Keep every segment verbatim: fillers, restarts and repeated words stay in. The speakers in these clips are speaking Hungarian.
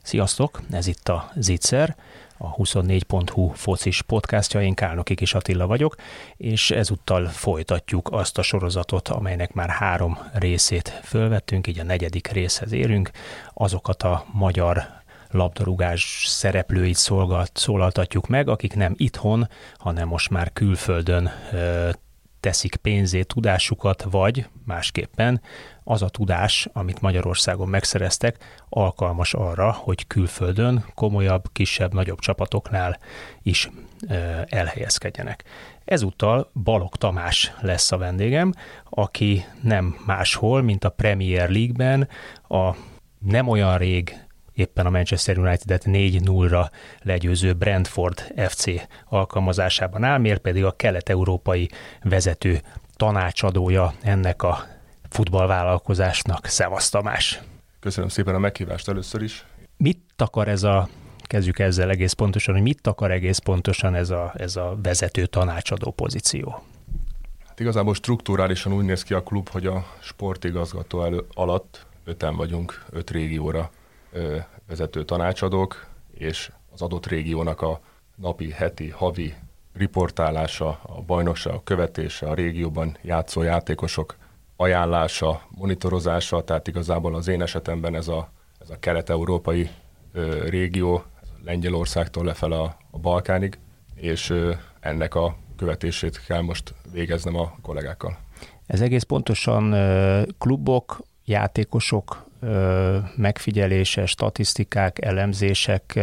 Sziasztok, ez itt a Zicser, a huszonnégy pont hu focis podcastja, én Kálnoki Kis Attila vagyok, és ezúttal folytatjuk azt a sorozatot, amelynek már három részét fölvettünk, így a negyedik részhez érünk, azokat a magyar labdarúgás szereplőit szolgalt, szólaltatjuk meg, akik nem itthon, hanem most már külföldön ö, teszik pénzét, tudásukat, vagy másképpen az a tudás, amit Magyarországon megszereztek, alkalmas arra, hogy külföldön komolyabb, kisebb, nagyobb csapatoknál is ö, elhelyezkedjenek. Ezúttal Balogh Tamás lesz a vendégem, aki nem máshol, mint a Premier League-ben a nem olyan rég éppen a Manchester United-et négy nullra legyőző Brentford ef cé alkalmazásában áll, miért pedig a kelet-európai vezető tanácsadója ennek a futballvállalkozásnak. Szevasz Tamás! Köszönöm szépen a meghívást először is. Mit akar ez a, kezdjük ezzel egész pontosan, hogy mit akar egész pontosan ez a, ez a vezető tanácsadó pozíció? Hát igazából strukturálisan úgy néz ki a klub, hogy a sportigazgató elő, alatt öten vagyunk, öt régióra vezető tanácsadók, és az adott régiónak a napi, heti, havi riportálása, a bajnokság követése, a régióban játszó játékosok ajánlása, monitorozása, tehát igazából az én esetemben ez a, ez a kelet-európai ö, régió, Lengyelországtól lefele a, a Balkánig, és ö, ennek a követését kell most végeznem a kollégákkal. Ez egész pontosan ö, klubok, játékosok megfigyelése, statisztikák, elemzések,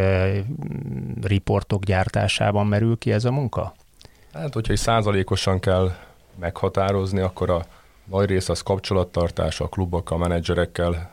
riportok gyártásában merül ki ez a munka? Hát, hogyha egy százalékosan kell meghatározni, akkor a nagy rész az kapcsolattartás a klubokkal, a menedzserekkel,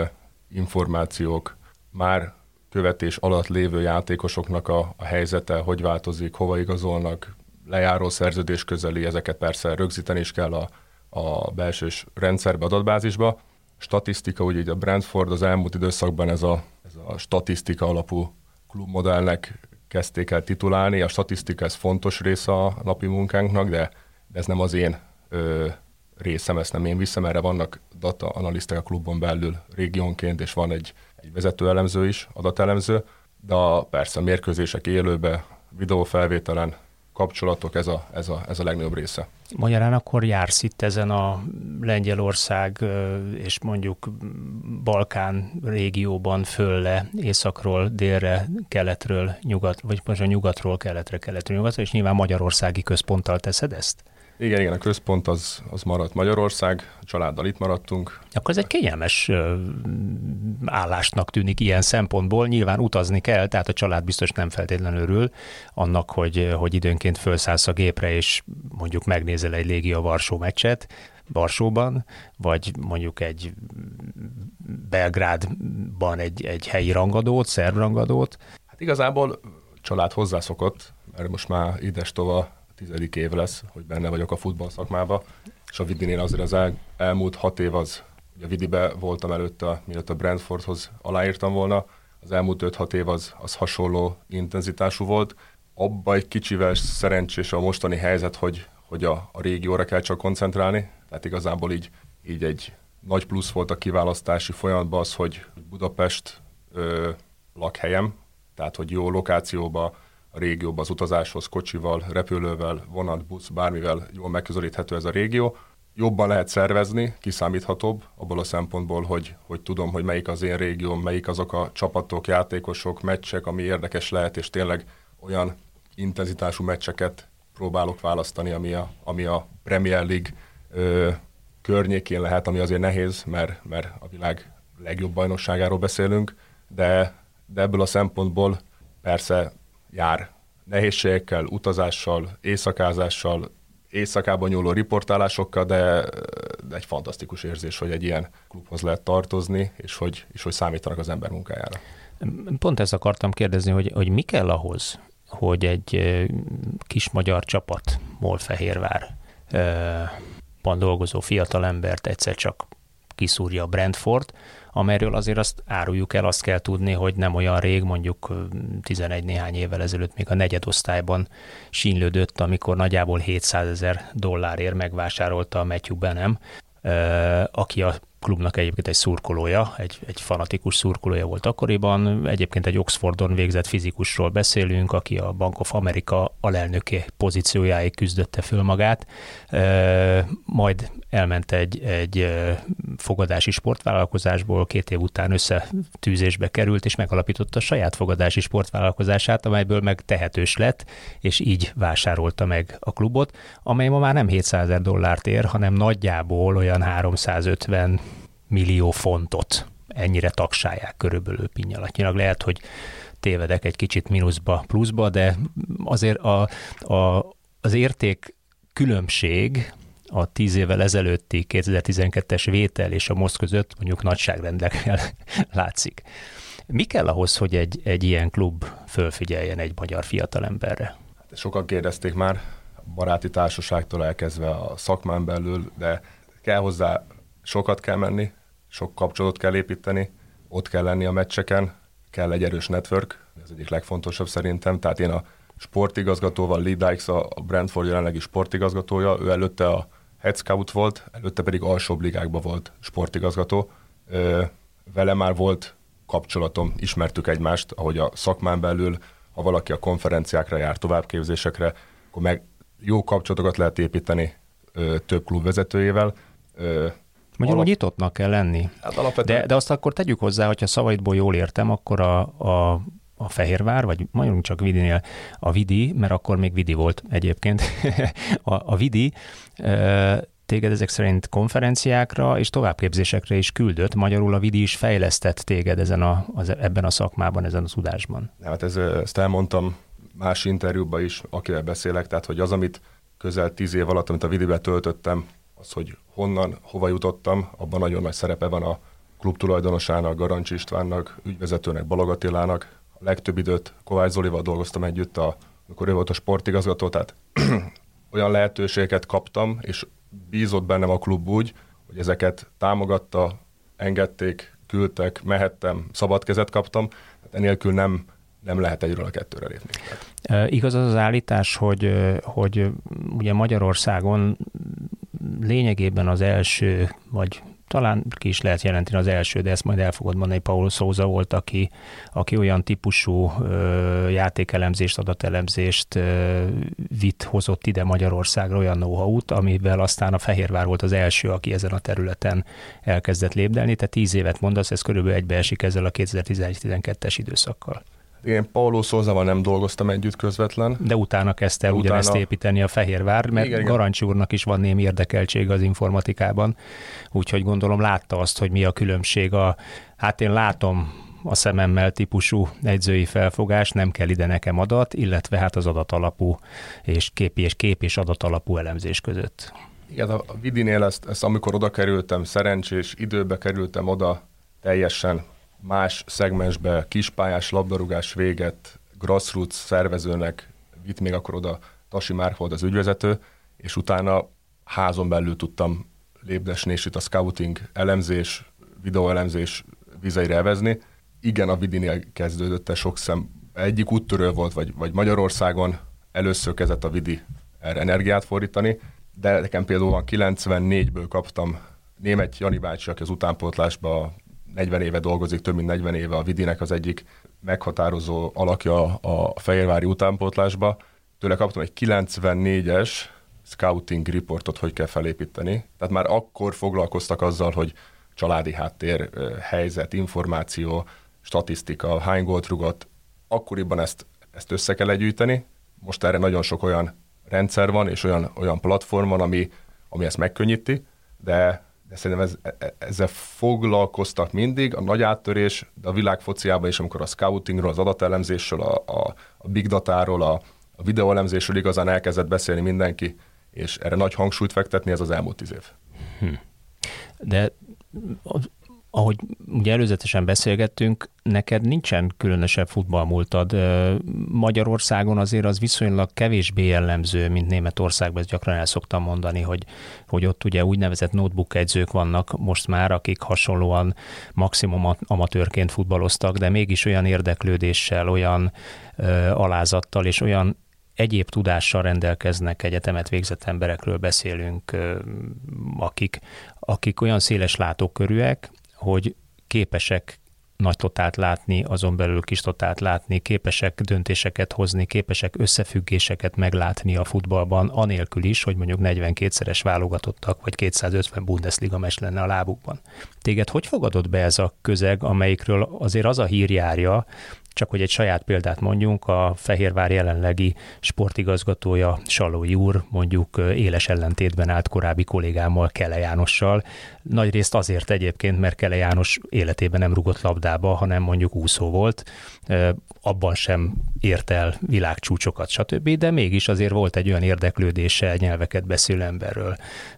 információk, már követés alatt lévő játékosoknak a, a helyzete, hogy változik, hova igazolnak, lejáró szerződés közeli, ezeket persze rögzíteni is kell a, a belsős rendszerbe, adatbázisba. Statisztika, úgy így a Brentford az elmúlt időszakban ez a, ez a statisztika alapú klubmodellnek kezdték el titulálni. A statisztika ez fontos része a napi munkánknak, de, de ez nem az én ö, részem, ezt nem én viszem, erre vannak data analisztek a klubon belül régiónként, és van egy, egy vezetőelemző is, adatelemző, de a, persze a mérkőzések élőbe, videófelvételen, kapcsolatok, ez a, ez, a, ez a legnagyobb része. Magyarán akkor jársz itt ezen a Lengyelország és mondjuk Balkán régióban fölle, északról, délre, keletről, nyugat, vagy most a nyugatról, keletre, keletről, nyugatra, és nyilván magyarországi központtal teszed ezt? Igen, igen, a központ az, az maradt Magyarország, a családdal itt maradtunk. Akkor ez egy kényelmes állásnak tűnik ilyen szempontból. Nyilván utazni kell, tehát a család biztos nem feltétlenül örül annak, hogy, hogy időnként felszállsz a gépre, és mondjuk megnézel egy Légia Varsó meccset Varsóban, vagy mondjuk egy Belgrádban egy, egy helyi rangadót, szerb rangadót. Hát igazából a család hozzászokott, mert most már idestova tizedik év lesz, hogy benne vagyok a futball szakmába, és a Vidinél azért az el, elmúlt hat év az, ugye a Vidibe voltam előtte, mielőtt a Brentfordhoz aláírtam volna, az elmúlt öt-hat év az, az hasonló intenzitású volt. Abba egy kicsivel szerencsés a mostani helyzet, hogy, hogy a, a régióra kell csak koncentrálni, tehát igazából így, így egy nagy plusz volt a kiválasztási folyamatban az, hogy Budapest ö, lakhelyem, tehát hogy jó lokációba, a régióban az utazáshoz kocsival, repülővel, vonat, busz, bármivel jól megközelíthető ez a régió. Jobban lehet szervezni, kiszámíthatóbb, abból a szempontból, hogy, hogy tudom, hogy melyik az én régióm, melyik azok a csapatok, játékosok, meccsek, ami érdekes lehet, és tényleg olyan intenzitású meccseket próbálok választani, ami a, ami a Premier League ö, környékén lehet, ami azért nehéz, mert, mert a világ legjobb bajnokságáról beszélünk, de, de ebből a szempontból persze jár nehézségekkel, utazással, éjszakázással, éjszakában nyúló riportálásokkal, de, de egy fantasztikus érzés, hogy egy ilyen klubhoz lehet tartozni, és hogy, és hogy számítanak az ember munkájára. Pont ezt akartam kérdezni, hogy, hogy mi kell ahhoz, hogy egy kis magyar csapat, Mólfehérvárban dolgozó fiatalembert egyszer csak kiszúrja a Brentford, amelyről azért azt áruljuk el, azt kell tudni, hogy nem olyan rég, mondjuk tizenegy néhány évvel ezelőtt még a negyedosztályban sínlődött, amikor nagyjából hétszázezer dollárért megvásárolta a Matthew Benham aki a klubnak egyébként egy szurkolója, egy, egy fanatikus szurkolója volt akkoriban. Egyébként egy Oxfordon végzett fizikusról beszélünk, aki a Bank of America alelnöke pozíciójáig küzdötte föl magát. Majd elment egy, egy fogadási sportvállalkozásból, két év után összetűzésbe került, és megalapította a saját fogadási sportvállalkozását, amelyből meg tehetős lett, és így vásárolta meg a klubot, amely ma már nem hétszázezer dollárt ér, hanem nagyjából olyan háromszázötven millió fontot. Ennyire tagsálják körülbelül pinyalatnyilag. Lehet, hogy tévedek egy kicsit mínuszba, pluszba, de azért a, a, az érték különbség a tíz évvel ezelőtti kétezer-tizenkettes vétel és a most között mondjuk nagyságrendekkel látszik. Mi kell ahhoz, hogy egy, egy ilyen klub fölfigyeljen egy magyar fiatalemberre? Sokan kérdezték már, baráti társaságtól elkezdve a szakmán belül, de kell hozzá, sokat kell menni, sok kapcsolatot kell építeni, ott kell lenni a meccseken, kell egy erős network, ez egyik legfontosabb szerintem, tehát én a sportigazgatóval, Lee Dykes, a Brentford jelenlegi sportigazgatója, ő előtte a head scout volt, előtte pedig alsóbb ligákban volt sportigazgató. Ö, vele már volt kapcsolatom, ismertük egymást, ahogy a szakmán belül, ha valaki a konferenciákra jár, továbbképzésekre, akkor meg jó kapcsolatokat lehet építeni ö, több klub vezetőjével. Ö, Mondjuk, hogy nyitottnak kell lenni. Hát de, de azt akkor tegyük hozzá, hogyha szavaidból jól értem, akkor a, a, a Fehérvár, vagy mondjuk csak Vidinél a Vidi, mert akkor még Vidi volt egyébként, a, a Vidi téged ezek szerint konferenciákra és továbbképzésekre is küldött, magyarul a Vidi is fejlesztett téged ezen a, az, ebben a szakmában, ezen a tudásban. Hát ez, ezt elmondtam más interjúban is, akivel beszélek, tehát hogy az, amit közel tíz év alatt, amit a Vidibe töltöttem, az, hogy honnan, hova jutottam, abban nagyon nagy szerepe van a klub tulajdonosának, Garancsi Istvánnak, ügyvezetőnek, Balog Attilának. A legtöbb időt Kovács Zolival dolgoztam együtt, a, amikor ő volt a sportigazgató, tehát olyan lehetőségeket kaptam, és bízott bennem a klub úgy, hogy ezeket támogatta, engedték, küldtek, mehettem, szabad kezet kaptam, hát enélkül nem, nem lehet egyről a kettőre lépni. E, igaz az az állítás, hogy, hogy ugye Magyarországon lényegében az első, vagy talán ki is lehet jelenteni az első, de ezt majd el fogod mondani, Paulo Sousa volt, aki, aki olyan típusú ö, játékelemzést, adatelemzést ö, vitt, hozott ide Magyarországra, olyan know-how-t, amivel aztán a Fehérvár volt az első, aki ezen a területen elkezdett lépdelni. Tehát tíz évet mondasz, ez körülbelül egybeesik ezzel a kétezer-tizenegy-tizenkettes időszakkal. Én Paulo Sousával nem dolgoztam együtt közvetlen. De utána kezdte utána... ugyanezt építeni a Fehérvár, mert igen, Garancsi úrnak is van némi érdekeltsége az informatikában, úgyhogy gondolom látta azt, hogy mi a különbség a, hát én látom a szememmel típusú edzői felfogás, nem kell ide nekem adat, illetve hát az adatalapú és kép és kép és adatalapú elemzés között. Igen, a Vidinél ezt, ezt amikor oda kerültem, szerencsés időbe kerültem oda teljesen más szegmensbe, kispályás labdarúgás véget, grassroots szervezőnek vitt még akkor oda Tasi Márk volt az ügyvezető, és utána házon belül tudtam lépdesni, és itt a scouting elemzés, videóelemzés vizeire elvezni. Igen, a Vidinél kezdődött, sok szem, egyik úttörő volt, vagy, vagy Magyarországon először kezdett a Vidi erre energiát fordítani, de nekem például van kilencvennégyből kaptam Németh Jani bácsi, aki az utánpótlásban negyven éve dolgozik, több mint negyven éve a Vidinek az egyik meghatározó alakja a fehérvári utánpótlásba. Tőle kaptam egy kilencvennégyes scouting reportot, hogy kell felépíteni. Tehát már akkor foglalkoztak azzal, hogy családi háttér, helyzet, információ, statisztika, hány gólt rugott. Akkoriban ezt, ezt össze kell gyűjteni. Most erre nagyon sok olyan rendszer van, és olyan, olyan platform van, ami, ami ezt megkönnyíti, de de szerintem ez, ezzel foglalkoztak mindig, a nagy áttörés, de a világ fociában is, amikor a scoutingról, az adatelemzésről, a, a, a big datáról, a, a videóelemzésről igazán elkezdett beszélni mindenki, és erre nagy hangsúlyt fektetni, ez az elmúlt tíz év. Hm. De ahogy ugye előzetesen beszélgettünk, neked nincsen különösebb futballmúltad. Magyarországon azért az viszonylag kevésbé jellemző, mint Németországban, ezt gyakran el szoktam mondani, hogy, hogy ott ugye úgynevezett notebook edzők vannak most már, akik hasonlóan maximum amatőrként futballoztak, de mégis olyan érdeklődéssel, olyan ö, alázattal és olyan egyéb tudással rendelkeznek, egyetemet végzett emberekről beszélünk, akik, akik olyan széles látókörűek, hogy képesek nagy totált látni, azon belül kis totált látni, képesek döntéseket hozni, képesek összefüggéseket meglátni a futballban, anélkül is, hogy mondjuk negyvenkétszeres válogatottak, vagy kétszázötven Bundesliga meccs lenne a lábukban. Téged hogy fogadott be ez a közeg, amelyikről azért az a hír járja, csak hogy egy saját példát mondjunk, a Fehérvár jelenlegi sportigazgatója, Salói úr, mondjuk éles ellentétben állt korábbi kollégámmal, Kele Jánossal. Nagyrészt azért egyébként, mert Kele János életében nem rugott labdába, hanem mondjuk úszó volt. Abban sem ért el világcsúcsokat, stb., de mégis azért volt egy olyan érdeklődése, nyelveket beszélő emberről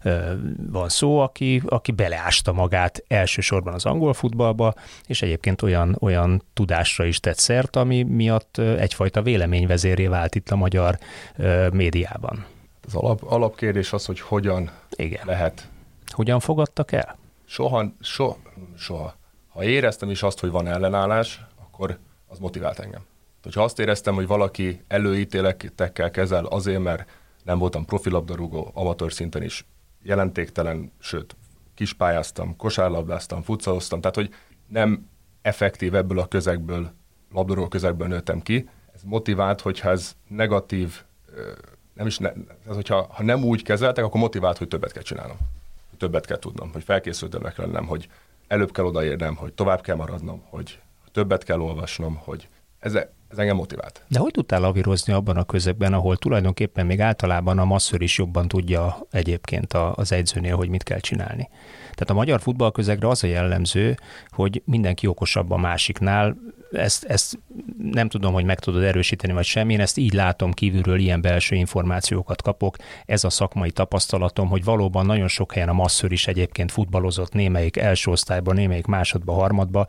van szó, aki, aki beleásta magát elsősorban az angol futballba, és egyébként olyan, olyan tudásra is tett szert, ami miatt egyfajta véleményvezérré vált itt a magyar médiában. Az alap, alapkérdés az, hogy hogyan Igen. lehet. Hogyan fogadtak el? Soha, so, soha. Ha éreztem is azt, hogy van ellenállás, akkor az motivált engem. Ha azt éreztem, hogy valaki előítéletekkel kezel azért, mert nem voltam profilabdarúgó, amatőr szinten is jelentéktelen, sőt, kispályáztam, kosárlabdáztam, futszaloztam, tehát hogy nem effektív ebből a közegből, labdarúgó közegből nőttem ki. Ez motivált, hogyha ez negatív, nem is, ne, ez, hogyha ha nem úgy kezeltek, akkor motivált, hogy többet kell csinálnom. Hogy többet kell tudnom, hogy felkészültöbbnek lennem, hogy előbb kell odaérnem, hogy tovább kell maradnom, hogy többet kell olvasnom, hogy ez, ez engem motivált. De hogy tudtál lavírozni abban a közegben, ahol tulajdonképpen még általában a masször is jobban tudja egyébként az edzőnél, hogy mit kell csinálni? Tehát a magyar futballközegre az a jellemző, hogy mindenki okosabb a másiknál. Ezt, ezt nem tudom, hogy meg tudod erősíteni, vagy sem. Én ezt így látom kívülről, ilyen belső információkat kapok. Ez a szakmai tapasztalatom, hogy valóban nagyon sok helyen a masször is egyébként futballozott, némelyik első osztályban, némelyik másodba, harmadba,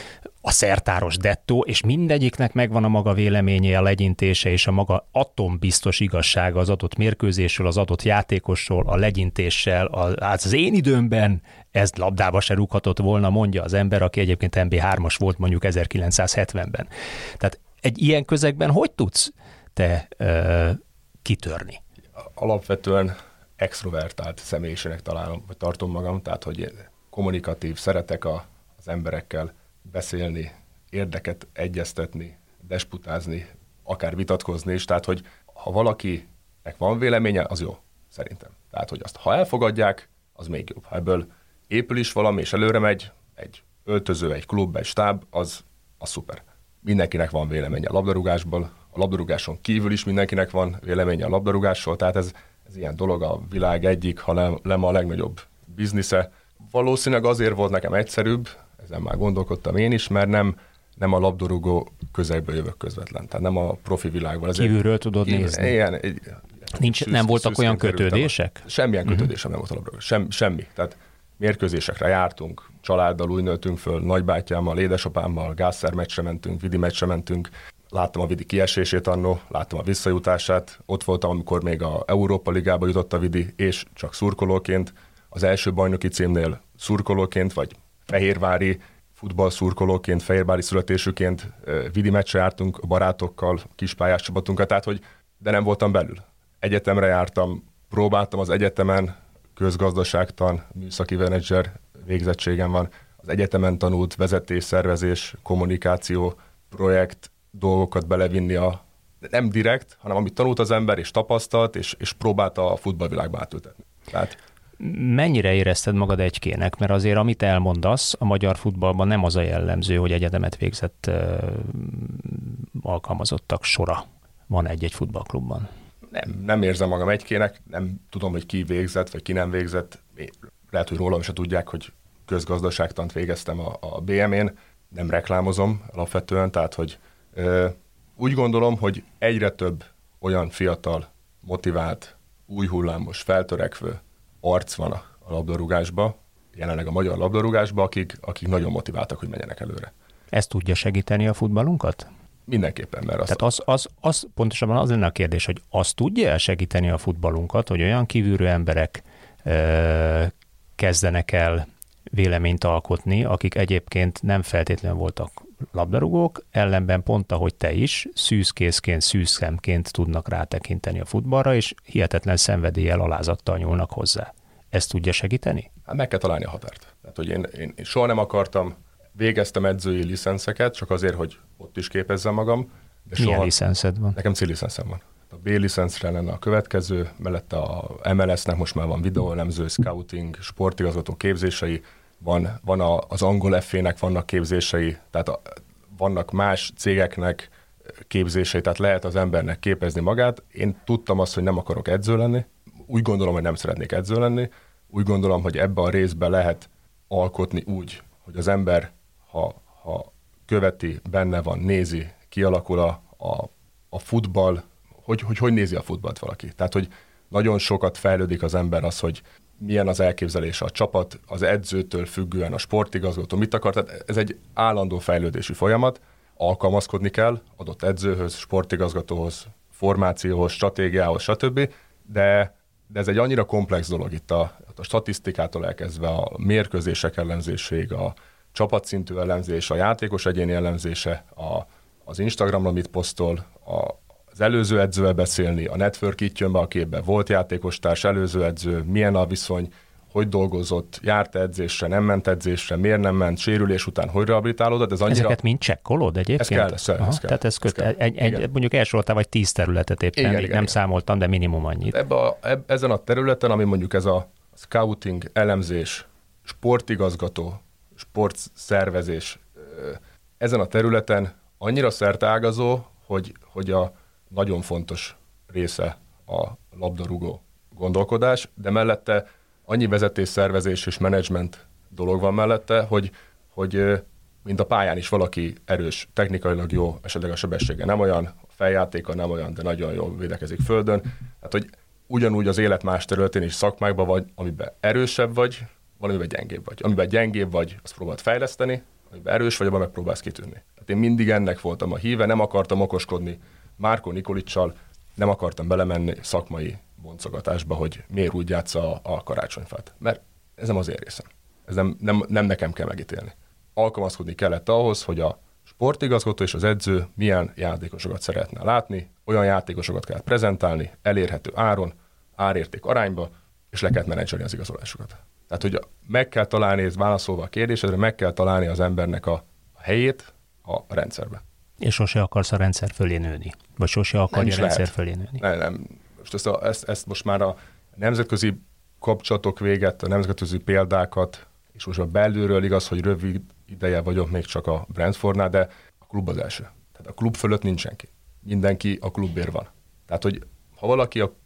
a szertáros dettó, és mindegyiknek megvan a maga véleménye, a legyintése és a maga atombiztos igazsága az adott mérkőzésről, az adott játékosról, a legyintéssel, az, az én időmben ez labdába se rúghatott volna, mondja az ember, aki egyébként en bé hármas volt mondjuk ezerkilencszázhetvenben. Tehát egy ilyen közegben hogy tudsz te ö, kitörni? Alapvetően extrovertált személyiségnek találom, vagy tartom magam, tehát hogy kommunikatív, szeretek a, az emberekkel beszélni, érdeket egyeztetni, desputázni, akár vitatkozni is, tehát hogy ha valakinek van véleménye, az jó, szerintem. Tehát, hogy azt ha elfogadják, az még jobb. Ha ebből épül is valami, és előre megy, egy öltöző, egy klub, egy stáb, az, az szuper. Mindenkinek van véleménye a labdarúgásból, a labdarúgáson kívül is mindenkinek van véleménye a labdarúgásról, tehát ez, ez ilyen dolog, a világ egyik, hanem nem a legnagyobb biznisze. Valószínűleg azért volt nekem egyszerűbb, ezen már gondolkodtam én is, mert nem, nem a labdarúgó közegből jövök közvetlen, tehát nem a profi világból. Kívülről tudod kívül, nézni. Ilyen, egy, Nincs, szűz, nem voltak olyan kötődések? Kerültem. Semmilyen uh-huh. kötődésem nem volt a labdarúgó. Sem, semmi. Tehát mérkőzésekre jártunk, családdal úgy nőttünk föl, nagybátyámmal, édesapámmal, Gászer meccsre mentünk, Vidi meccsre mentünk. Láttam a Vidi kiesését annó, láttam a visszajutását. Ott voltam, amikor még a Európa Ligába jutott a Vidi, és csak szurkolóként. Az első bajnoki címnél szurkolóként, vagy fehérvári futballszurkolóként, fehérvári születésüként Vidi meccsre jártunk a barátokkal, kispályás csapatunkat, tehát hogy de nem voltam belül. Egyetemre jártam, próbáltam az egyetemen, közgazdaságtan, műszaki menedzser végzettségem van, az egyetemen tanult vezetés, szervezés, kommunikáció, projekt dolgokat belevinni a, nem direkt, hanem amit tanult az ember és tapasztalt, és, és próbálta a futballvilágba átültetni. Tehát mennyire érezted magad egykének? Mert azért, amit elmondasz, a magyar futballban nem az a jellemző, hogy egyetemet végzett uh, alkalmazottak sora van egy-egy futballklubban. Nem, nem érzem magam egykének, nem tudom, hogy ki végzett, vagy ki nem végzett. Lehet, hogy rólam se tudják, hogy közgazdaságtant végeztem a, a bé em én, nem reklámozom alapvetően, tehát hogy ö, úgy gondolom, hogy egyre több olyan fiatal, motivált, új hullámos, feltörekvő arc van a, a labdarúgásba, jelenleg a magyar labdarúgásba, akik, akik nagyon motiváltak, hogy menjenek előre. Ez tudja segíteni a futballunkat? Mindenképpen, mert azt... Tehát az, az, az, pontosabban az lenne a kérdés, hogy az tudja segíteni a futballunkat, hogy olyan kívülről emberek ö, kezdenek el véleményt alkotni, akik egyébként nem feltétlenül voltak labdarúgók, ellenben pont ahogy te is, szűzkészként, szűzszemként tudnak rátekinteni a futballra, és hihetetlen szenvedéllyel, alázattal nyúlnak hozzá. Ezt tudja segíteni? Hát meg kell találni a határt. Tehát, hogy én, én, én soha nem akartam, végeztem edzői licenszeket, csak azért, hogy ott is képezzem magam. De Milyen soha... licenszed van? Nekem C-licenszem van. A B-licenszre lenne a következő, mellette a em el es-nek most már van videóelemző, scouting, sportigazgató képzései, van, van a, az angol ef á-nek vannak képzései, tehát a, vannak más cégeknek képzései, tehát lehet az embernek képezni magát. Én tudtam azt, hogy nem akarok edző lenni, úgy gondolom, hogy nem szeretnék edző lenni, úgy gondolom, hogy ebbe a részbe lehet alkotni úgy, hogy az ember, ha, ha követi, benne van, nézi, kialakul a, a, a futball, hogy, hogy hogy nézi a futballt valaki. Tehát, hogy nagyon sokat fejlődik az ember az, hogy milyen az elképzelése a csapat, az edzőtől függően a sportigazgató mit akar. Tehát ez egy állandó fejlődési folyamat, alkalmazkodni kell adott edzőhöz, sportigazgatóhoz, formációhoz, stratégiához, stb. De, de ez egy annyira komplex dolog itt a, a statisztikától elkezdve a mérkőzések elemzéséig, a csapatszintű elemzés, a játékos egyéni elemzése, a, az Instagramra mit posztol, a, az előző edzővel beszélni, a network itt jön be a képbe, volt játékostárs, előző edző, milyen a viszony, hogy dolgozott, járt edzésre, nem ment edzésre, miért nem ment, sérülés után hogy rehabilitálódott. Ez annyira... Ezeket mind csekkolod egyébként? Ez kell, ez, Aha, ez kell. Tehát ez köt, ez egy, egy, mondjuk elsoroltál vagy tíz területet éppen, igen, igen, nem igen. számoltam, de minimum annyit. Ebbe a, eb, ezen a területen, ami mondjuk ez a scouting, elemzés, sportigazgató, sportszervezés, ezen a területen annyira szerteágazó, hogy, hogy a nagyon fontos része a labdarúgó gondolkodás, de mellette annyi vezetésszervezés és menedzsment dolog van mellette, hogy, hogy mint a pályán is valaki erős, technikailag jó, esetleg a sebessége nem olyan, a feljátéka nem olyan, de nagyon jól védekezik földön. Tehát, hogy ugyanúgy az élet más területén is szakmákban vagy, amiben erősebb vagy, valamiben gyengébb vagy. Amiben gyengébb vagy, azt próbáld fejleszteni, amiben erős vagy, abban megpróbálsz kitűnni. Tehát én mindig ennek voltam a híve, nem akartam okoskodni Márkó Nikolicsal, nem akartam belemenni szakmai boncogatásba, hogy miért úgy játsza a, a karácsonyfát. Mert ez nem az én részem. Ez nem, nem, nem nekem kell megítélni. Alkalmazkodni kellett ahhoz, hogy a sportigazgató és az edző milyen játékosokat szeretne látni, olyan játékosokat kell prezentálni, elérhető áron, árérték arányba, és le kell menedzselni az igazolásokat. Tehát, hogy meg kell találni, ez válaszolva a kérdésedre, meg kell találni az embernek a helyét a rendszerbe. És sose akarsz a rendszer fölé nőni? Vagy sose akarja a rendszer lehet. fölé nőni? Nem, nem. Most ezt, a, ezt, ezt most már a nemzetközi kapcsolatok véget, a nemzetközi példákat, és most már belülről igaz, hogy rövid ideje vagyok még csak a Brentfordnál, de a klub az első. Tehát a klub fölött nincs senki. Mindenki a klubért van. Tehát, hogy ha valaki a,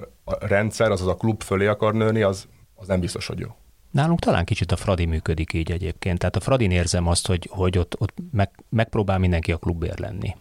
a rendszer, azaz a klub fölé akar nőni, az, az nem biztos, hogy jó. Nálunk talán kicsit a Fradi működik így egyébként. Tehát a Fradin érzem azt, hogy, hogy ott, ott meg, megpróbál mindenki a klubért lenni.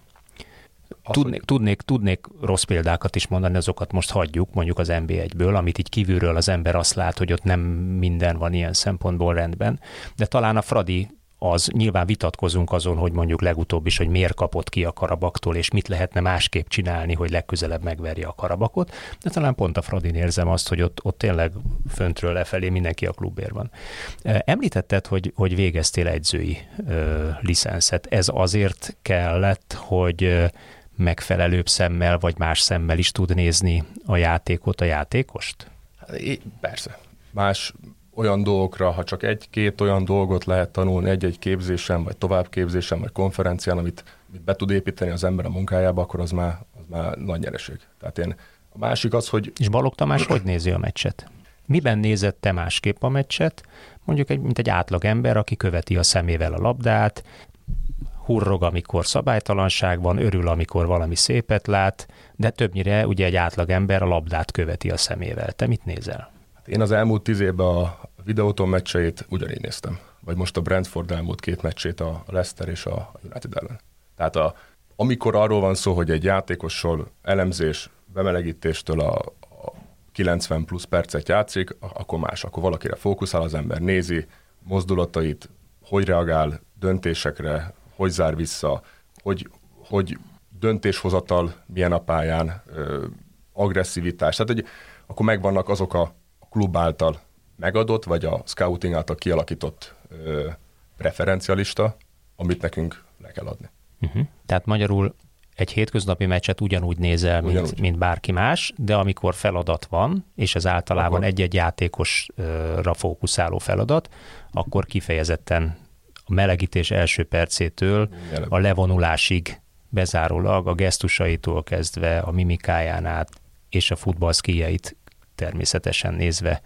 Tudnék, tudnék, tudnék rossz példákat is mondani, azokat most hagyjuk, mondjuk az en bé egyből, amit így kívülről az ember azt lát, hogy ott nem minden van ilyen szempontból rendben, de talán a Fradi az, nyilván vitatkozunk azon, hogy mondjuk legutóbb is, hogy miért kapott ki a Karabaktól, és mit lehetne másképp csinálni, hogy legközelebb megverje a Karabakot, de talán pont a Fradin érzem azt, hogy ott, ott tényleg föntről lefelé mindenki a klubért van. Említetted, hogy, hogy végeztél edzői ö, licenszet. Ez azért kellett, hogy megfelelőbb szemmel, vagy más szemmel is tud nézni a játékot, a játékost? Persze. Más olyan dolgokra, ha csak egy-két olyan dolgot lehet tanulni egy-egy képzésen, vagy továbbképzésen, vagy konferencián, amit, amit be tud építeni az ember a munkájába, akkor az már, az már nagy nyereség. Tehát én, a másik az, hogy... És Balogh Tamás hogy nézi a meccset? Miben nézett te másképp a meccset? Mondjuk egy, mint egy átlag ember, aki követi a szemével a labdát, hurrog, amikor szabálytalanság van, örül, amikor valami szépet lát, de többnyire ugye egy átlag ember a labdát követi a szemével. Te mit nézel? Én az elmúlt tíz évben a Videóton meccseit ugyanígy néztem. Vagy most a Brentford elmúlt két meccsét a Leicester és a United ellen. Tehát a, amikor arról van szó, hogy egy játékossal elemzés, bemelegítéstől a, a kilencven plusz percet játszik, akkor más, akkor valakire fókuszál az ember, nézi mozdulatait, hogy reagál döntésekre, hogy zár vissza, hogy, hogy döntéshozatal milyen a pályán, ö, agresszivitás. Tehát, hogy akkor megvannak azok a klub által megadott, vagy a scouting által kialakított ö, preferencialista, amit nekünk le kell adni. Uh-huh. Tehát magyarul egy hétköznapi meccset ugyanúgy nézel, mint, mint bárki más, de amikor feladat van, és ez általában akkor egy-egy játékosra fókuszáló feladat, akkor kifejezetten a melegítés első percétől a levonulásig bezárólag a gesztusaitól kezdve a mimikáján át és a futballszkijeit természetesen nézve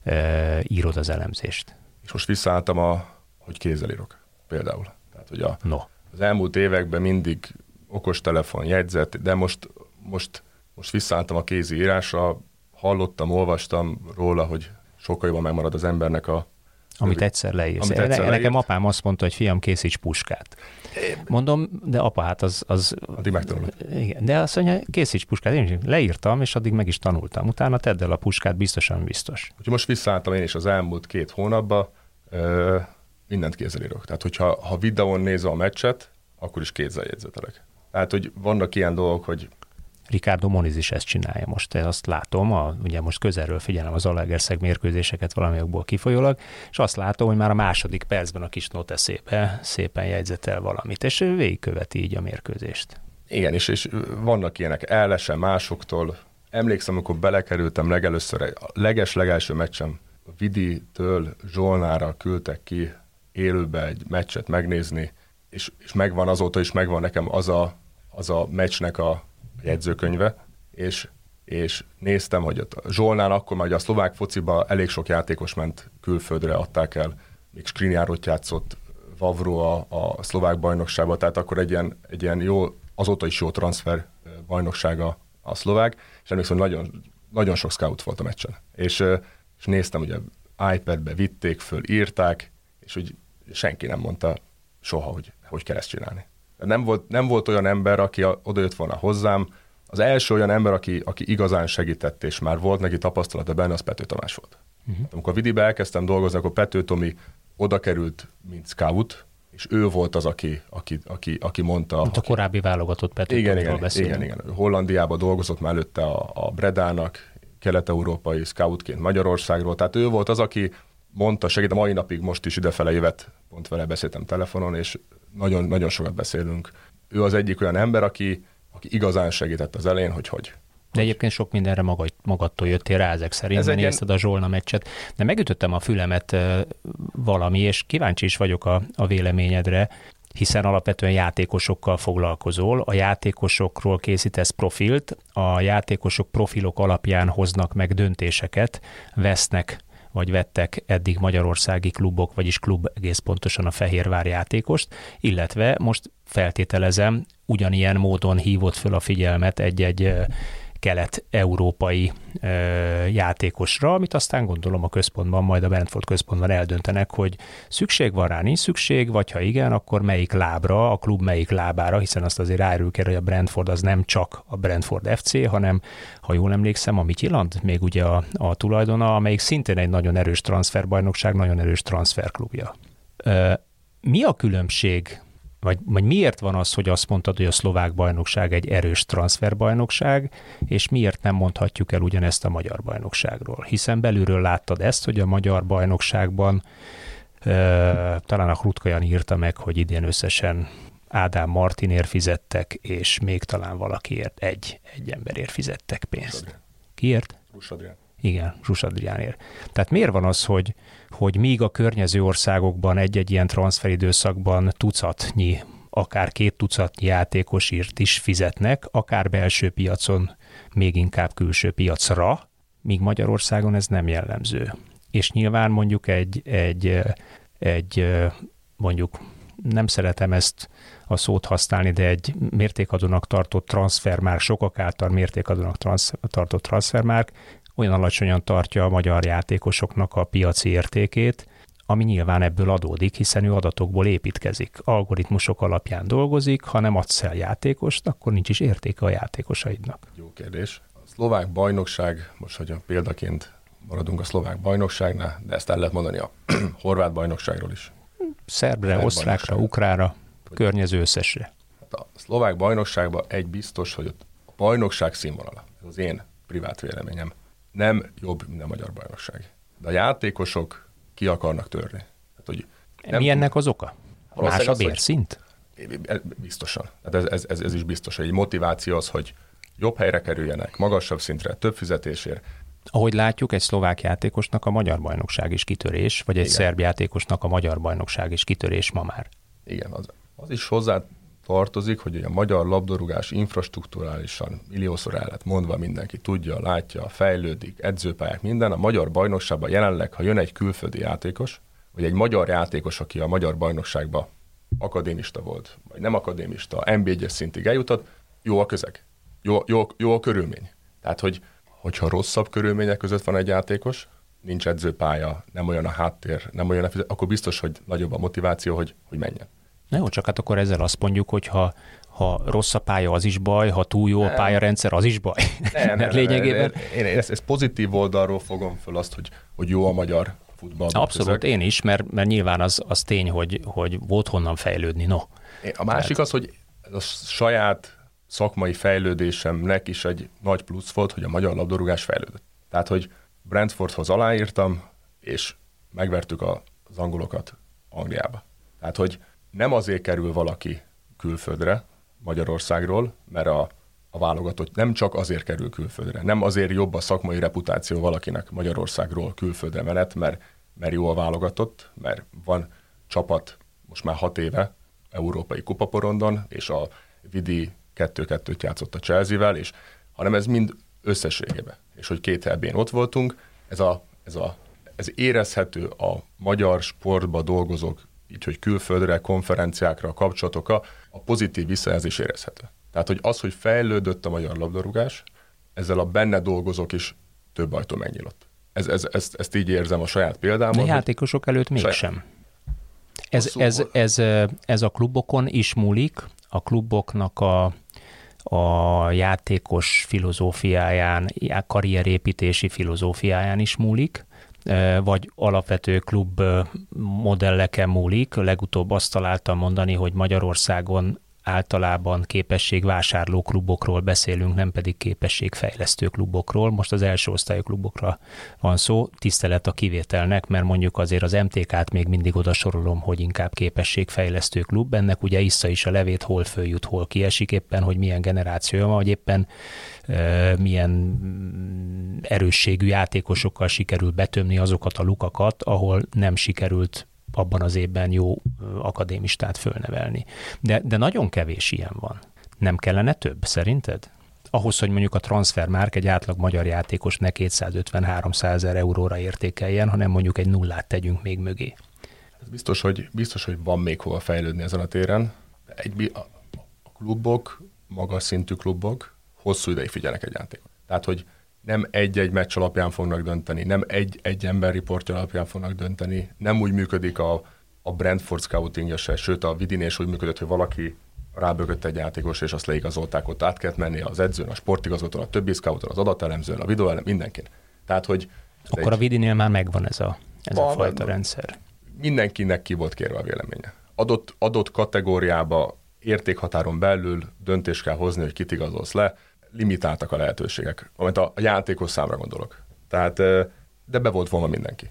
e, írod az elemzést. És most visszaálltam, a, hogy kézzel írok például. Tehát, hogy a, no. az elmúlt években mindig okostelefon, jegyzet, de most, most, most visszaálltam a kézi írásra, hallottam, olvastam róla, hogy sokkal jobban megmarad az embernek a... Amit egyszer leírsz. Amit egyszer Nekem leírt. Apám azt mondta, hogy fiam, készíts puskát. Mondom, de apa, hát az... az addig megtanulod. Igen, de azt mondja, készíts puskát. Én leírtam, és addig meg is tanultam. Utána tedd el a puskát, biztosan biztos. Úgyhogy most visszaálltam én is az elmúlt két hónapban, ö, mindent kézzel írok. Tehát, hogyha ha videón nézem a meccset, akkor is kézzel jegyzetelek. Tehát, hogy vannak ilyen dolgok, hogy... Ricardo Moniz is ezt csinálja most, én azt látom, a, ugye most közelről figyelem az Zalaegerszeg mérkőzéseket valamiokból kifolyólag, és azt látom, hogy már a második percben a kis noteszébe szépen jegyzetel valamit, és ő végigköveti így a mérkőzést. Igen, és, és vannak ilyenek, ellesen másoktól. Emlékszem, amikor belekerültem legelőször, a leges-legelső meccsem, a Viditől Zsolnára küldtek ki élőbe egy meccset megnézni, és, és megvan azóta is megvan nekem az a, az a meccsnek a jegyzőkönyve, és, és néztem, hogy ott Zsolnán akkor már, hogy a szlovák fociba elég sok játékos ment külföldre, adták el, még Skriniarot játszott, Vavro a, a szlovák bajnokságban, tehát akkor egy ilyen, egy ilyen jó, azóta is jó transfer bajnoksága a szlovák, és emlékszem, hogy nagyon, nagyon sok scout volt a meccsen. És, és néztem, ugye iPadbe vitték föl, írták, és hogy senki nem mondta soha, hogy hogy kell ezt csinálni. Nem volt, nem volt olyan ember, aki odajött volna hozzám. Az első olyan ember, aki, aki igazán segített, és már volt neki tapasztalata benne, az Pető Tamás volt. Uh-huh. Amikor a Vidibe elkezdtem dolgozni, akkor Pető Tomi oda került, mint scout, és ő volt az, aki, aki, aki, aki mondta... Mint a aki, korábbi válogatott Pető igen, Tomiról igen, beszélünk. igen, igen. Hollandiában dolgozott már előtte a, a Bredának, kelet-európai scoutként Magyarországról, tehát ő volt az, aki mondta, segít, a mai napig most is idefele jövet, pont vele beszéltem telefonon, és nagyon, nagyon sokat beszélünk. Ő az egyik olyan ember, aki, aki igazán segített az elején, hogy hogy. De egyébként sok mindenre magad, magadtól jöttél rá ezek szerint, mert nézted a Zsolna meccset. De megütöttem a fülemet uh, valami, és kíváncsi is vagyok a, a véleményedre, hiszen alapvetően játékosokkal foglalkozol, a játékosokról készítesz profilt, a játékosok profilok alapján hoznak meg döntéseket, vesznek vagy vettek eddig magyarországi klubok, vagyis klub egész pontosan a Fehérvár játékost, illetve most feltételezem, ugyanilyen módon hívott föl a figyelmet egy-egy kelet-európai játékosra, amit aztán gondolom a központban, majd a Brentford központban eldöntenek, hogy szükség van rá, nincs szükség, vagy ha igen, akkor melyik lábra, a klub melyik lábára, hiszen azt azért ráerül kell, hogy a Brentford az nem csak a Brentford ef cé, hanem, ha jól emlékszem, a Midtjylland, még ugye a, a tulajdona, amelyik szintén egy nagyon erős transferbajnokság, nagyon erős transferklubja. Mi a különbség, Vagy, vagy miért van az, hogy azt mondtad, hogy a szlovák bajnokság egy erős transferbajnokság, és miért nem mondhatjuk el ugyanezt a magyar bajnokságról? Hiszen belülről láttad ezt, hogy a magyar bajnokságban e, talán a Hrutkajan írta meg, hogy idén összesen Ádám Martinért fizettek, és még talán valakiért, egy, egy emberért fizettek pénzt. Kiért? Zsús Adrián. Igen, Zsús Adriánért. Tehát miért van az, hogy, hogy míg a környező országokban egy-egy ilyen transferidőszakban tucatnyi, akár két tucatnyi játékosért is fizetnek, akár belső piacon, még inkább külső piacra, míg Magyarországon ez nem jellemző. És nyilván mondjuk egy, egy, egy mondjuk nem szeretem ezt a szót használni, de egy mértékadónak tartott transfermárk, sokak által mértékadónak transz, tartott transfermárk olyan alacsonyan tartja a magyar játékosoknak a piaci értékét, ami nyilván ebből adódik, hiszen ő adatokból építkezik, algoritmusok alapján dolgozik, ha nem adsz el játékost, akkor nincs is értéke a játékosaidnak. Jó kérdés. A szlovák bajnokság, most hogy példaként maradunk a szlovák bajnokságnál, de ezt el lehet mondani a horvát bajnokságról is. Szerbre, osztrákra, ukrára, környező összesre. Hát a szlovák bajnokságban egy biztos, hogy a bajnokság színvonala, ez az én privát véleményem, nem jobb, mint a magyar bajnokság. De a játékosok ki akarnak törni. Hát, hogy Mi ennek az oka? Más a bérszint? Biztosan. Tehát ez, ez, ez, ez is biztos. Egy motiváció az, hogy jobb helyre kerüljenek, magasabb szintre, több fizetésért. Ahogy látjuk, egy szlovák játékosnak a magyar bajnokság is kitörés, vagy egy Igen. szerb játékosnak a magyar bajnokság is kitörés ma már. Igen, az, az is hozzá tartozik, hogy a magyar labdarúgás infrastrukturálisan milliószor el lett mondva, mindenki tudja, látja, fejlődik, edzőpályák, minden. A magyar bajnokságban jelenleg, ha jön egy külföldi játékos, vagy egy magyar játékos, aki a magyar bajnokságban akadémista volt, vagy nem akadémista, en bé egyes szintig eljutott, jó a közeg, jó, jó, jó a körülmény. Tehát, hogy, hogyha rosszabb körülmények között van egy játékos, nincs edzőpálya, nem olyan a háttér, nem olyan a fizet, akkor biztos, hogy nagyobb a motiváció, hogy, hogy menjen. Na jó, csak hát akkor ezzel azt mondjuk, hogy ha, ha rossz a pálya, az is baj, ha túl jó a pályarendszer, az is baj. Nem, nem, lényegében... Én, én ezt, ezt pozitív oldalról fogom föl azt, hogy, hogy jó a magyar futballban. Abszolút, közeg. Én is, mert, mert nyilván az, az tény, hogy, hogy volt honnan fejlődni, no. A másik Tehát... az, hogy a saját szakmai fejlődésemnek is egy nagy plusz volt, hogy a magyar labdarúgás fejlődött. Tehát, hogy Brentfordhoz aláírtam, és megvertük az angolokat Angliába. Tehát, hogy nem azért kerül valaki külföldre Magyarországról, mert a, a válogatott nem csak azért kerül külföldre, nem azért jobb a szakmai reputáció valakinek Magyarországról külföldre menet, mert, mert jó a válogatott, mert van csapat most már hat éve európai kupaporondon, és a Vidi kettő-kettőt játszott a Chelsea-vel, és hanem ez mind összességében. És hogy két ebben ott voltunk, ez, a, ez, a, ez érezhető a magyar sportba dolgozók, így, hogy külföldre, konferenciákra, kapcsolatokra, a pozitív visszajelzés érezhető. Tehát, hogy az, hogy fejlődött a magyar labdarúgás, ezzel a benne dolgozók is több ajtó megnyílott. Ez, ez, ezt, ezt így érzem a saját példámon. De játékosok előtt mégsem. Ez, ez, ez, ez a klubokon is múlik, a kluboknak a, a játékos filozófiáján, karrierépítési filozófiáján is múlik, vagy alapvető klub modelleken múlik. Legutóbb azt találtam mondani, hogy Magyarországon általában képességvásárló klubokról beszélünk, nem pedig képességfejlesztő klubokról. Most az első osztályú klubokra van szó, tisztelet a kivételnek, mert mondjuk azért az em té ká-t még mindig oda sorolom, hogy inkább képességfejlesztő klub. Ennek ugye issza is a levét, hol följut, hol kiesik éppen, hogy milyen generációja van, hogy éppen e, milyen erősségű játékosokkal sikerül betömni azokat a lukakat, ahol nem sikerült abban az évben jó akadémistát fölnevelni. De, de nagyon kevés ilyen van. Nem kellene több, szerinted? Ahhoz, hogy mondjuk a transfermárk egy átlag magyar játékos ne kétszázötven-háromszázezer euróra értékeljen, hanem mondjuk egy nullát tegyünk még mögé. Ez biztos, hogy, biztos, hogy van még hova fejlődni ezen a téren. Egy, a, a klubok, magas szintű klubok hosszú ideig figyelnek egy játékot. Tehát, hogy nem egy-egy meccs alapján fognak dönteni, nem egy-egy ember riportja alapján fognak dönteni, nem úgy működik a, a Brentford scoutingja se, sőt a Vidin is úgy működött, hogy valaki rábögött egy játékos, és azt leigazolták, ott át kellett menni az edzőn, a sportigazgatón, a többi scouton, az adatelemzőn, a videóelem, mindenkin. Tehát, hogy... Akkor egy... a Vidinél már megvan ez a, ez a fajta van, rendszer. Mindenkinek ki volt kérve a véleménye. Adott, adott kategóriába, értékhatáron belül döntést kell hozni, hogy kit igazolsz le, limitáltak a lehetőségek, amit a játékos számra gondolok. Tehát, de be volt volna mindenki.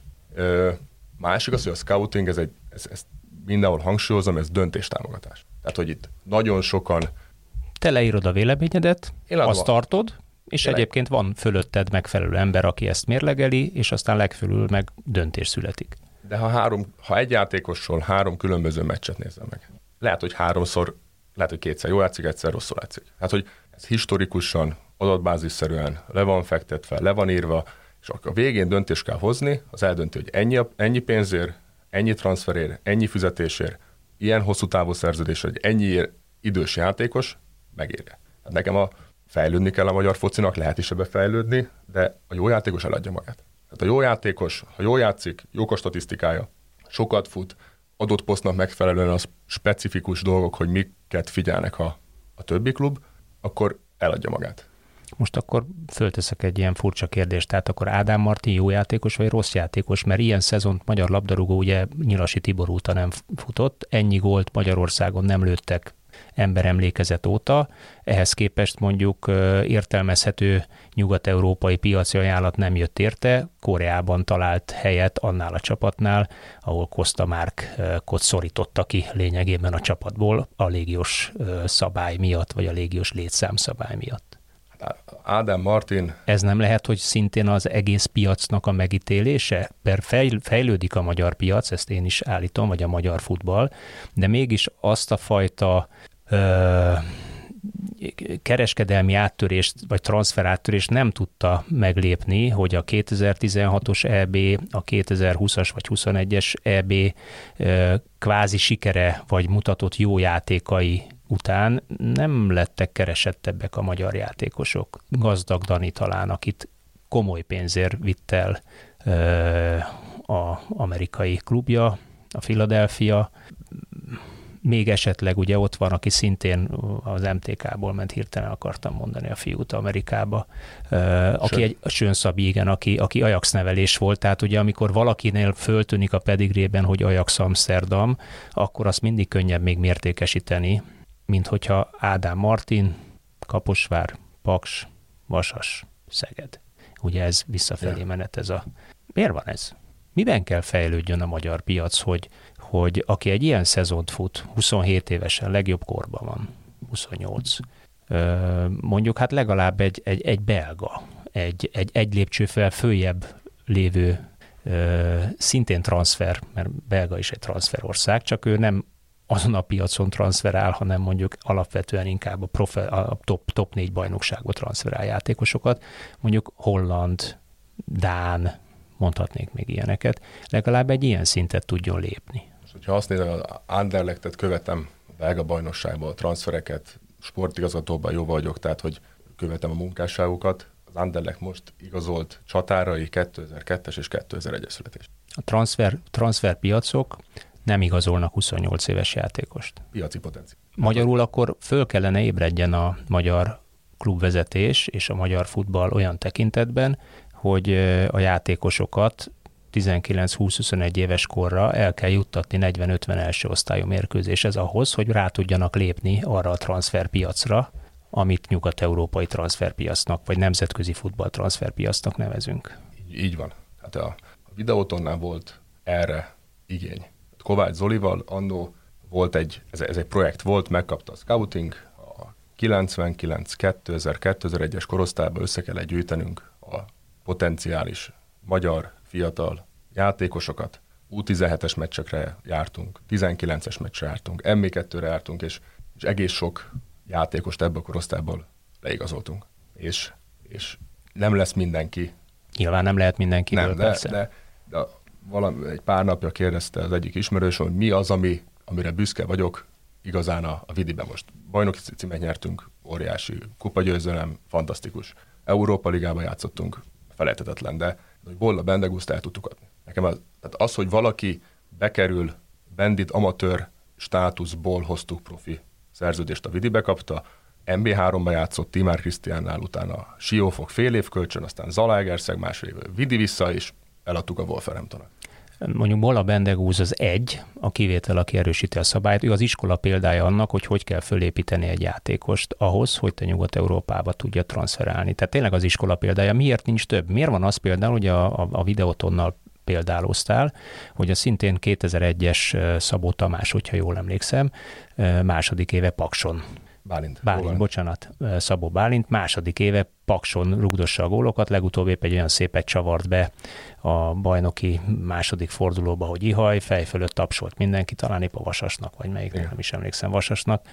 Másik az, hogy a scouting, ez egy, ez, ezt mindenhol hangsúlyozom, ez döntéstámogatás. Tehát, hogy itt nagyon sokan... Te leírod a véleményedet, azt a... tartod, és Tényleg. Egyébként van fölötted megfelelő ember, aki ezt mérlegeli, és aztán legfölül meg döntés születik. De ha, három, ha egy játékosról három különböző meccset nézem meg, lehet, hogy háromszor, lehet, hogy kétszer jó játszik, egyszer rosszul játszik. Hát, hogy ez historikusan, adatbázisszerűen le van fektetve, le van írva, és a végén döntést kell hozni, az eldönti, hogy ennyi, ennyi pénzért, ennyi transferért, ennyi fizetésért, ilyen hosszú távú szerződés, hogy ennyi idős játékos megérje. Hát nekem a fejlődni kell a magyar focinak, lehet is ebbe fejlődni, de a jó játékos eladja magát. Hát a jó játékos, ha jól játszik, jók a statisztikája, sokat fut, adott posztnak megfelelően az specifikus dolgok, hogy miket figyelnek a, a többi klub, akkor eladja magát. Most akkor fölteszek egy ilyen furcsa kérdést, tehát akkor Ádám Martin jó játékos vagy rossz játékos, mert ilyen szezont magyar labdarúgó ugye Nyilasi Tibor óta nem futott, ennyi gólt Magyarországon nem lőttek emberemlékezet óta. Ehhez képest mondjuk értelmezhető nyugat-európai piaci ajánlat nem jött érte, Koreában talált helyet annál a csapatnál, ahol Costa Márkot szorította ki lényegében a csapatból a légiós szabály miatt, vagy a légiós létszám szabály miatt. Ádám Martin. Ez nem lehet, hogy szintén az egész piacnak a megítélése? Per fejlődik a magyar piac, ezt én is állítom, vagy a magyar futball, de mégis azt a fajta ö, kereskedelmi áttörést, vagy transfer áttörést nem tudta meglépni, hogy a kétezer-tizenhatos é bé, a kétezer-húszas vagy huszonegyes é bé ö, kvázi sikere, vagy mutatott jó játékai után nem lettek keresettebbek a magyar játékosok. Gazdag Dani talán, akit komoly pénzért vitt el az amerikai klubja, a Philadelphia. Még esetleg ugye ott van, aki szintén az em té ká-ból ment, hirtelen akartam mondani a fiút Amerikába, aki egy Sön Szabi, igen, aki, aki Ajax nevelés volt, tehát ugye amikor valakinél föltűnik a pedigrében, hogy Ajax Amsterdam, akkor azt mindig könnyebb még mértékesíteni, mint hogyha Ádám Martin, Kaposvár, Paks, Vasas, Szeged. Ugye ez visszafelé menet, ez a... Miért van ez? Miben kell fejlődjön a magyar piac, hogy, hogy aki egy ilyen szezont fut, huszonhét évesen, legjobb korban van, huszonnyolc, mondjuk hát legalább egy, egy, egy belga, egy, egy, egy lépcsőfel följebb lévő szintén transfer, mert belga is egy transferország, csak ő nem azon a piacon transferál, hanem mondjuk alapvetően inkább a, profe, a top, top négy bajnokságba transferál játékosokat, mondjuk holland, dán, mondhatnék még ilyeneket, legalább egy ilyen szintet tudjon lépni. És hogyha azt nézem, az Anderlechtet követem a belga bajnokságban, a transfereket, sportigazgatóban jó vagyok, tehát hogy követem a munkásságukat. Az Anderlecht most igazolt csatárai kétezer-kettes és kétezer-egyes születés. A transfer, transferpiacok nem igazolnak huszonnyolc éves játékost. Piaci potenciál. Magyarul akkor föl kellene ébredjen a magyar klubvezetés és a magyar futball olyan tekintetben, hogy a játékosokat tizenkilenc-húsz-huszonegy éves korra el kell juttatni negyven-ötven első osztályú mérkőzéshez ahhoz, hogy rá tudjanak lépni arra a transferpiacra, amit nyugat-európai transferpiacnak, vagy nemzetközi futball transferpiacnak nevezünk. Így, így van. Hát a, a Videótonnál volt erre igény. Kovács Zolival annó volt egy, ez, ez egy projekt volt, megkapta a scouting, a kilencvenkilenc kétezer kétezer-egyes korosztályban össze kellett gyűjtenünk a potenciális magyar fiatal játékosokat. U tizenhetes meccsekre jártunk, tizenkilences meccsre jártunk, em bé kettőre jártunk, és, és egész sok játékost ebből a korosztályból leigazoltunk. És, és nem lesz mindenki. Nyilván nem lehet mindenkiből, nem, de, persze. De, de valami, egy pár napja kérdezte az egyik ismerős, hogy mi az, ami, amire büszke vagyok igazán a, a Vidiben most. Bajnoki címet nyertünk, óriási kupagyőzelem, fantasztikus. Európa Ligában játszottunk, felejthetetlen, de hogy Bolla Bendegúzt el tudtuk adni. Nekem az, tehát az, hogy valaki bekerül Bendit amatőr státuszból hoztuk profi szerződést, a Vidibe kapta, em bé háromba játszott Timár Krisztiánnál, utána Siófok fél év kölcsön, aztán Zalaegerszeg másfél év, Vidi vissza, és eladtuk a Wolverhamptonnak. Mondjuk Bolla Bendegúz az egy, a kivétel, aki erősíti a szabályt. Ő az iskola példája annak, hogy hogy kell fölépíteni egy játékost ahhoz, hogy te Nyugat-Európába tudja transferálni. Tehát tényleg az iskola példája. Miért nincs több? Miért van az például, hogy a, a, a Videótonnal példáloztál, hogy a szintén kétezer-egyes Szabó Tamás, hogyha jól emlékszem, második éve Pakson. Bálint. Bálint, Bálint, bocsánat, Szabó Bálint, második éve Pakson rugdossa a gólokat, legutóbb épp egy olyan szépet csavart be a bajnoki második fordulóba, hogy ihaj, fej fölött tapsolt mindenki, talán épp a Vasasnak, vagy melyiknek, nem is emlékszem, Vasasnak.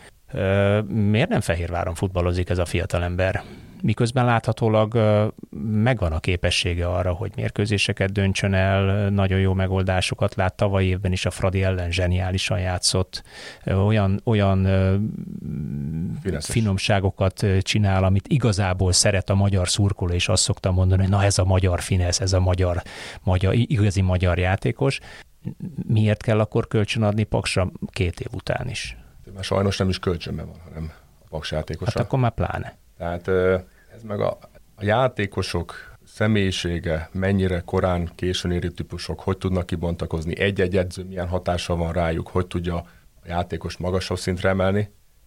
Miért nem Fehérváron futballozik ez a fiatalember? Miközben láthatólag megvan a képessége arra, hogy mérkőzéseket döntsön el, nagyon jó megoldásokat lát, tavaly évben is a Fradi ellen zseniálisan játszott, olyan, olyan Fineszes. finomságokat csinál, amit igazából szeret a magyar szurkoló, és azt szoktam mondani, hogy na ez a magyar finesz, ez a magyar, magyar igazi magyar játékos. Miért kell akkor kölcsönadni Paksra két év után is? Mert sajnos nem is kölcsönben van, hanem a Paks játékosa. Hát akkor már pláne. Tehát ez meg a, a játékosok személyisége, mennyire korán, későn érő típusok, hogy tudnak kibontakozni, egy-egy edző milyen hatása van rájuk, hogy tudja a játékost magasabb szintre emelni.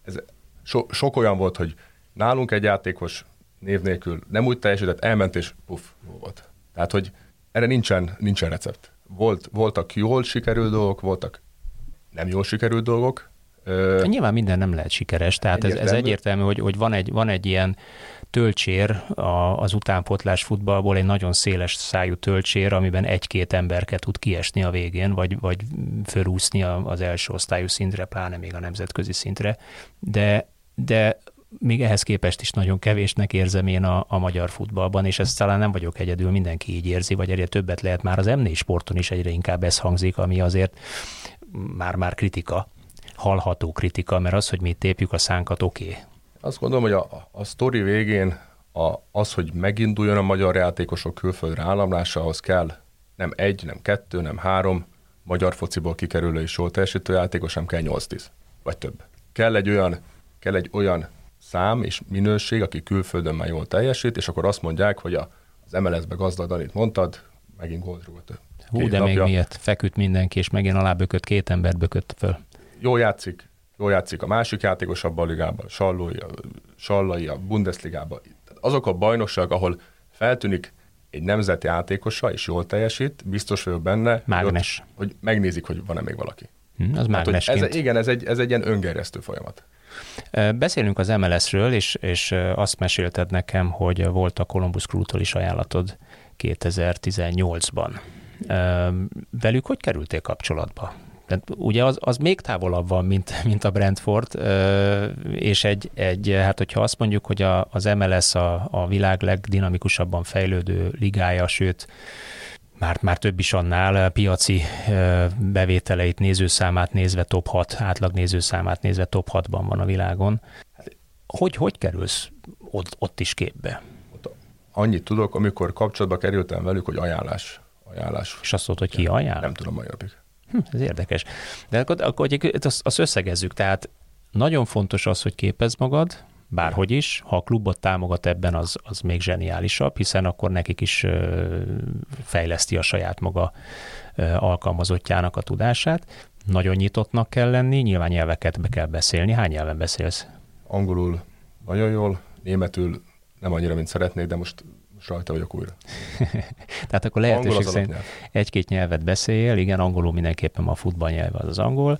ez so, sok olyan volt, hogy nálunk egy játékos név nélkül nem úgy teljesített, elment és puff, volt. Tehát, hogy erre nincsen, nincsen recept. Volt, voltak jól sikerült dolgok, voltak nem jól sikerült dolgok. Ö... Nyilván minden nem lehet sikeres, tehát ez, ez egyértelmű, hogy, hogy van, egy, van egy ilyen töltsér a, az utánpótlás futballból, egy nagyon széles szájú töltsér, amiben egy-két emberke tud kiesni a végén, vagy, vagy fölúszni az első osztályú szintre, pláne még a nemzetközi szintre, de, de még ehhez képest is nagyon kevésnek érzem én a, a magyar futballban, és ezt talán nem vagyok egyedül, mindenki így érzi, vagy egyre többet lehet már az em négy sporton is egyre inkább ez hangzik, ami azért már-már kritika, hallható kritika, mert az, hogy mi tépjük a szánkat, oké. Okay. Azt gondolom, hogy a, a sztori végén a, az, hogy meginduljon a magyar játékosok külföldre államlása, ahhoz kell nem egy, nem kettő, nem három magyar fociból kikerülő és jól teljesítő játékos, nem kell nyolc-tíz, vagy több. Kell egy olyan, kell egy olyan szám és minőség, aki külföldön már jól teljesít, és akkor azt mondják, hogy a, az em el es-be Gazdag Danit mondtad, megint gólt rúgott. Hú, de napja. Még miért? Feküdt mindenki, és megint alábökött, két embert bökött föl. Jól játszik, jól játszik a másik játékos abban a ligában, Sallói, a Sallai a Bundesligában. Azok a bajnokságok, ahol feltűnik egy nemzeti játékosa, és jól teljesít, biztos vagyok benne, mágnes. Hogy, hogy megnézik, hogy van-e még valaki. Hmm, az mágnesként. Hát, ez, igen, ez egy, ez egy ilyen öngerjesztő folyamat. Beszélünk az em el es-ről, és, és azt mesélted nekem, hogy volt a Columbus Crew-tól is ajánlatod kétezer-tizennyolcban. Velük hogy kerültél kapcsolatba? Tehát ugye az, az még távolabb van, mint, mint a Brentford, és egy, egy, hát hogyha azt mondjuk, hogy a, az em el es a, a világ legdinamikusabban fejlődő ligája, sőt, már, már több is annál, piaci bevételeit, nézőszámát nézve top hat, átlag nézőszámát nézve top hatban van a világon. Hogy, hogy kerülsz ott, ott is képbe? Annyit tudok, amikor kapcsolatba kerültem velük, hogy ajánlás. ajánlás. És azt mondod, hogy ki ajánl? Nem tudom mai napig. Hm, ez érdekes. De akkor, akkor azt, azt összegezzük. Tehát nagyon fontos az, hogy képezd magad, bárhogy is. Ha a klubot támogat ebben, az, az még zseniálisabb, hiszen akkor nekik is ö, fejleszti a saját maga ö, alkalmazottjának a tudását. Nagyon nyitottnak kell lenni, nyilván nyelveket be kell beszélni. Hány nyelven beszélsz? Angolul nagyon jól, németül nem annyira, mint szeretnék, de most rajta vagyok újra. Tehát akkor lehetőség szerint nyelv. egy-két nyelvet beszéljél, igen, angolul mindenképpen a futballnyelv az az angol,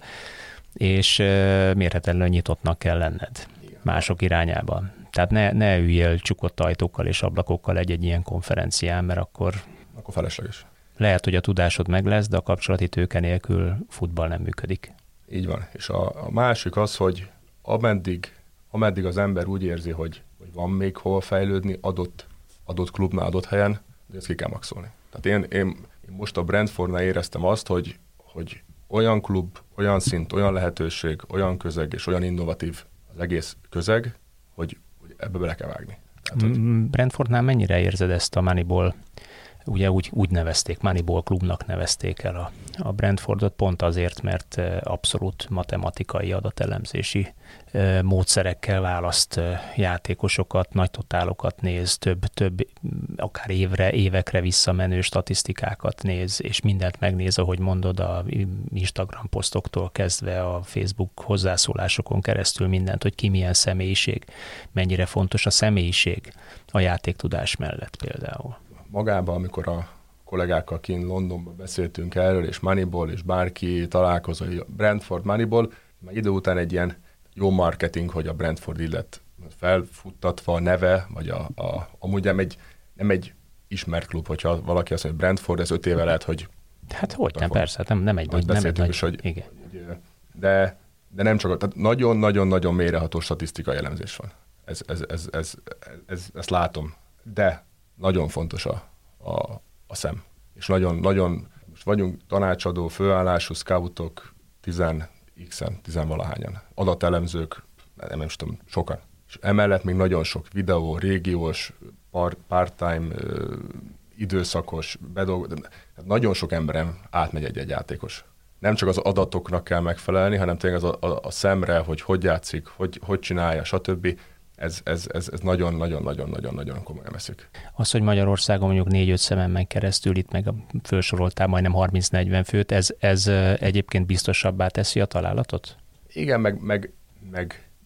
és uh, mérhetetlenül nyitottnak kell lenned igen. Mások irányában. Tehát ne, ne üljél csukott ajtókkal és ablakokkal egy-egy ilyen konferencián, mert akkor... Akkor felesleges. Lehet, hogy a tudásod meg lesz, de a kapcsolati tőke nélkül futball nem működik. Így van. És a, a másik az, hogy ameddig, ameddig az ember úgy érzi, hogy, hogy van még hova fejlődni adott adott klubnál, adott helyen, de ezt ki kell maxolni. Tehát én, én, én most a Brentfordnál éreztem azt, hogy, hogy olyan klub, olyan szint, olyan lehetőség, olyan közeg és olyan innovatív az egész közeg, hogy, hogy ebbe bele kell vágni. Tehát, hogy... Brentfordnál mennyire érzed ezt a Moneyball? Ugye úgy, úgy nevezték, Moneyball klubnak nevezték el a, a Brentfordot, pont azért, mert abszolút matematikai adatelemzési módszerekkel választ játékosokat, nagy totálokat néz, több, több akár évre, évekre visszamenő statisztikákat néz, és mindent megnéz, ahogy mondod, a Instagram posztoktól kezdve a Facebook hozzászólásokon keresztül mindent, hogy ki milyen személyiség, mennyire fontos a személyiség a játéktudás mellett például. Magában, amikor a kollégákkal kint Londonban beszéltünk erről, és Moneyball, és bárki találkozó, hogy Brentford Moneyball, meg idő után egy ilyen jó marketing, hogy a Brentford illet felfuttatva a neve, vagy a, a, amúgy nem egy, nem egy ismert klub, hogyha valaki azt mondja, hogy Brentford, ez öt éve lehet, hogy... Hát hogy nem, persze, nem, nem egy nagy... Nem egy nagy is, hogy, igen. Hogy, de, de nem csak, tehát nagyon-nagyon-nagyon mélyreható statisztikai elemzés van. Ez, ez, ez, ez, ez, ez, ezt látom. De nagyon fontos a, a, a szem. És nagyon, nagyon, most vagyunk tanácsadó, főállású scoutok, tizen x-en, tizenvalahányan. Adatelemzők, nem, nem tudom, sokan. És emellett még nagyon sok videó, régiós, part, part-time, ö, időszakos, bedolgozó, nagyon sok emberem átmegy egy-egy játékos. Nem csak az adatoknak kell megfelelni, hanem tényleg az a, a, a szemre, hogy hogy játszik, hogy, hogy csinálja, stb. Ez, ez, ez, ez nagyon-nagyon-nagyon-nagyon-nagyon komolyan veszik. Az, hogy Magyarországon mondjuk négy-öt szemen megy keresztül, itt meg felsoroltál majdnem harminc-negyven főt, ez, ez egyébként biztosabbá teszi a találatot? Igen, meg, meg, meg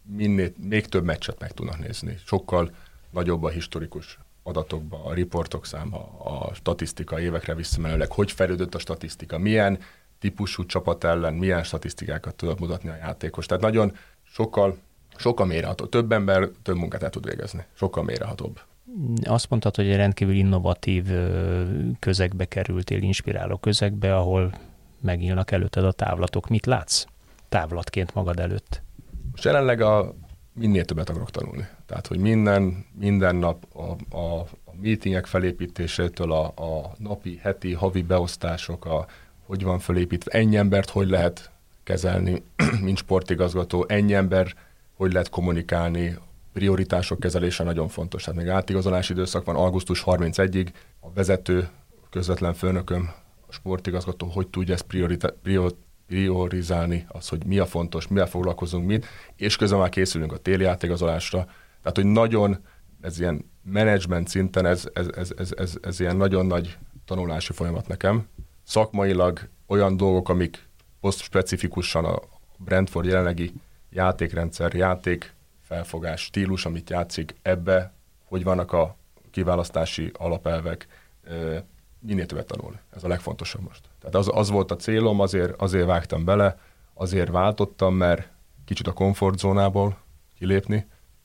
minél, még több meccset meg tudnak nézni. Sokkal nagyobb a historikus adatokban, a riportok száma, a statisztika évekre visszamenőleg, hogy fejlődött a statisztika, milyen típusú csapat ellen, milyen statisztikákat tudod mutatni a játékos. Tehát nagyon sokkal, sokkal mélyreható. Több ember több munkát el tud végezni. Sokkal mélyrehatóbb. Azt mondtad, hogy egy rendkívül innovatív közegbe kerültél, inspiráló közegbe, ahol megnyílnak előtted a távlatok. Mit látsz távlatként magad előtt? Most jelenleg a minél többet akarok tanulni. Tehát, hogy minden, minden nap a, a, a meetingek felépítésétől, a, a napi, heti, havi beosztások, a, hogy van felépítve, ennyi embert hogy lehet kezelni, mint sportigazgató, ennyi ember hogy lehet kommunikálni, prioritások kezelése nagyon fontos. Tehát még átigazolási időszak van, augusztus harmincegyedikéig a vezető, közvetlen főnököm, a sportigazgató, hogy tudja ezt priorita- prior- priorizálni, az, hogy mi a fontos, mivel foglalkozunk, mit, és közben már készülünk a téli átigazolásra. Tehát, hogy nagyon, ez ilyen menedzsment szinten, ez, ez, ez, ez, ez, ez ilyen nagyon nagy tanulási folyamat nekem. Szakmailag olyan dolgok, amik posztspecifikusan a Brentford jelenlegi játékrendszer, játék felfogás, stílus, amit játszik, ebbe, hogy vannak a kiválasztási alapelvek, minél többet tanulni. Ez a legfontosabb most. Tehát az, az volt a célom, azért, azért vágtam bele, azért váltottam, mert kicsit a komfortzónából kilépni,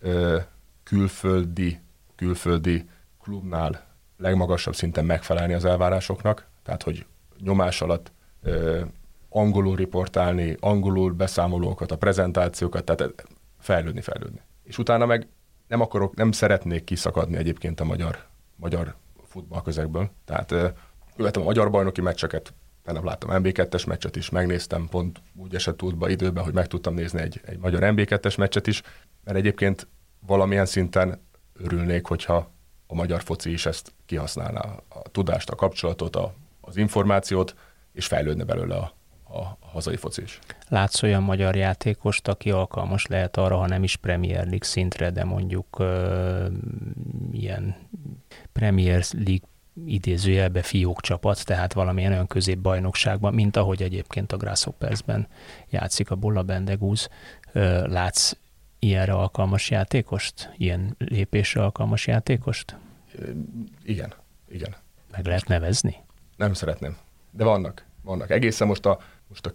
külföldi, külföldi klubnál legmagasabb szinten megfelelni az elvárásoknak, tehát hogy nyomás alatt angolul riportálni, angolul beszámolókat, a prezentációkat, tehát fejlődni, fejlődni. És utána meg nem akarok, nem szeretnék kiszakadni egyébként a magyar, magyar futballközegből. Tehát követem a magyar bajnoki meccseket, tegnap láttam en bé kettes meccset is, megnéztem, pont úgy esett útba időben, hogy meg tudtam nézni egy, egy magyar en bé kettes meccset is, mert egyébként valamilyen szinten örülnék, hogyha a magyar foci is ezt kihasználná, a tudást, a kapcsolatot, a, az információt, és fejlődne belőle a a hazai foci is. Látsz olyan magyar játékost, aki alkalmas lehet arra, ha nem is Premier League szintre, de mondjuk uh, ilyen Premier League idézőjelbe fiók csapat, tehát valamilyen olyan középbajnokságban, mint ahogy egyébként a Grasshoppersben játszik a Bolla Bendegúz. Uh, látsz ilyenre alkalmas játékost? Ilyen lépésre alkalmas játékost? Igen, igen. Meg lehet nevezni? Nem szeretném, de vannak. Vannak. Egészen most a, most a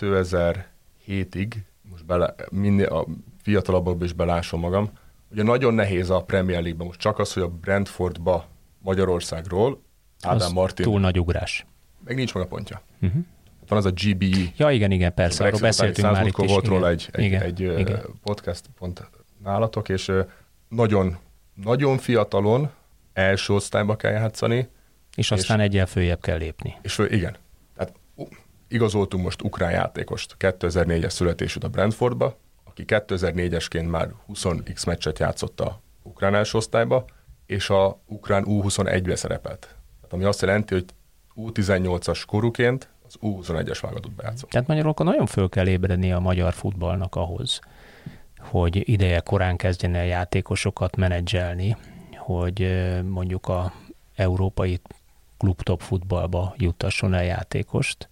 kétezer-hétig, most bele, minél a fiatalabbakban is belásom magam, ugye nagyon nehéz a Premier League-ben most csak az, hogy a Brentfordba Magyarországról Ádám Martin. Túl nagy ugrás. Meg nincs meg a pontja. Uh-huh. Van az a gé bé é. Ja, igen, igen, persze, arról beszéltünk már itt is. Volt róla egy, egy, igen, egy igen. podcast pont nálatok, és nagyon, nagyon fiatalon első osztályba kell játszani. És aztán és, egyen följebb kell lépni. És föl, igen. Tehát igazoltunk most ukrán játékost kétezer-négyes születésű a Brentfordba, aki kétezer-négyesként már húsz x meccset játszott a ukrán első osztályba, és a ukrán U huszonegybe szerepelt. Tehát ami azt jelenti, hogy U tizennyolcas korúként az U huszonegyes válogatotba játszott. Tehát magyarul akkor nagyon föl kell ébredni a magyar futballnak ahhoz, hogy ideje korán kezdjen el játékosokat menedzselni, hogy mondjuk a európai klubtop futballba juttasson el játékost.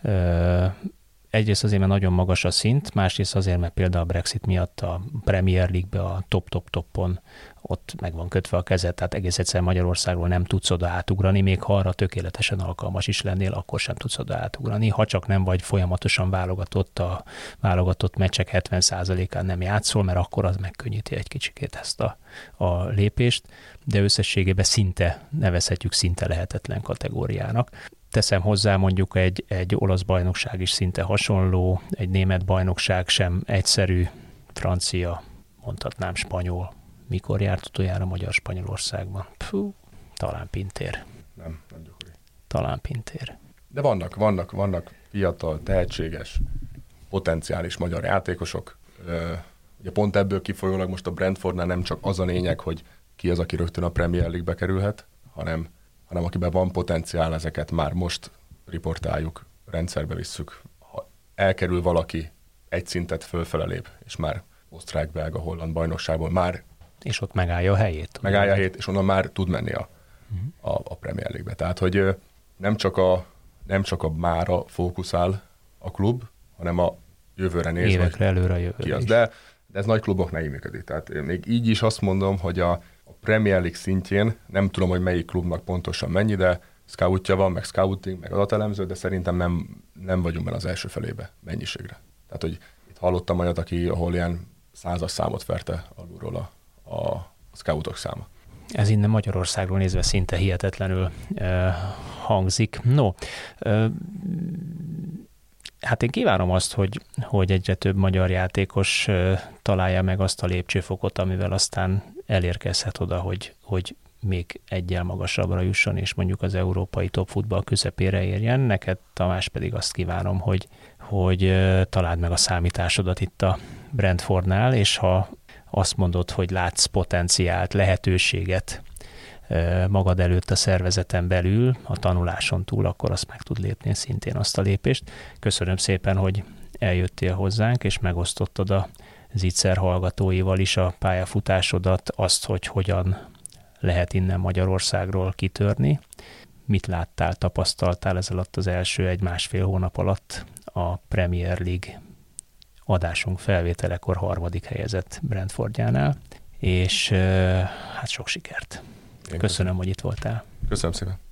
Egyrészt azért, mert nagyon magas a szint, másrészt azért, mert például a Brexit miatt a Premier League-be a top-top-toppon ott meg van kötve a kezed, tehát egész egyszerűen Magyarországról nem tudsz oda átugrani, még ha arra tökéletesen alkalmas is lennél, akkor sem tudsz oda átugrani. Ha csak nem vagy folyamatosan válogatott, a válogatott meccsek hetven százalékán nem játszol, mert akkor az megkönnyíti egy kicsikét ezt a, a lépést, de összességében szinte, nevezhetjük szinte lehetetlen kategóriának. Teszem hozzá, mondjuk egy, egy olasz bajnokság is szinte hasonló, egy német bajnokság sem egyszerű, francia, mondhatnám spanyol. Mikor járt utoljára magyar Spanyolországban? Pfú, talán Pintér. Nem, nem gyakori. Talán Pintér. De vannak, vannak, vannak fiatal, tehetséges, potenciális magyar játékosok. Ugye pont ebből kifolyólag most a Brentfordnál nem csak az a lényeg, hogy ki az, aki rögtön a Premier League-be kerülhet, hanem hanem akiben van potenciál, ezeket már most riportáljuk, rendszerbe visszük. Ha elkerül valaki egy szintet fölfele lép, és már osztrák, belga, holland bajnokságból már... És ott megállja a helyét. Megállja a helyét, és onnan már tud menni a, uh-huh. a, a Premier League-be. Tehát, hogy nem csak a, nem csak a mára fókuszál a klub, hanem a jövőre nézve. Évekre előre a jövőre ki az. De, de ez nagy kluboknál így működik. Tehát még így is azt mondom, hogy a, a Premier League szintjén, nem tudom, hogy melyik klubnak pontosan mennyi, de scoutja van, meg scouting, meg adatelemző, de szerintem nem, nem vagyunk benne az első felébe mennyiségre. Tehát, hogy itt hallottam olyat, aki, ahol ilyen százas számot verte alulról a, a scoutok száma. Ez innen Magyarországról nézve szinte hihetetlenül uh, hangzik. No, uh, hát én kívánom azt, hogy, hogy egyre több magyar játékos uh, találja meg azt a lépcsőfokot, amivel aztán elérkezhet oda, hogy, hogy még egyel magasabbra jusson, és mondjuk az európai top futball közepére érjen. Neked, Tamás, pedig azt kívánom, hogy, hogy uh, találd meg a számításodat itt a Brentfordnál, és ha azt mondod, hogy látsz potenciált, lehetőséget magad előtt a szervezeten belül, a tanuláson túl, akkor azt meg tud lépni szintén azt a lépést. Köszönöm szépen, hogy eljöttél hozzánk, és megosztottad a Zicser hallgatóival is a pályafutásodat, azt, hogy hogyan lehet innen Magyarországról kitörni. Mit láttál, tapasztaltál ez alatt az első egy-másfél hónap alatt a Premier League adásunk felvételekor harmadik helyezett Brentfordjánál, és hát sok sikert. Köszönöm, hogy itt voltál. Köszönöm szépen.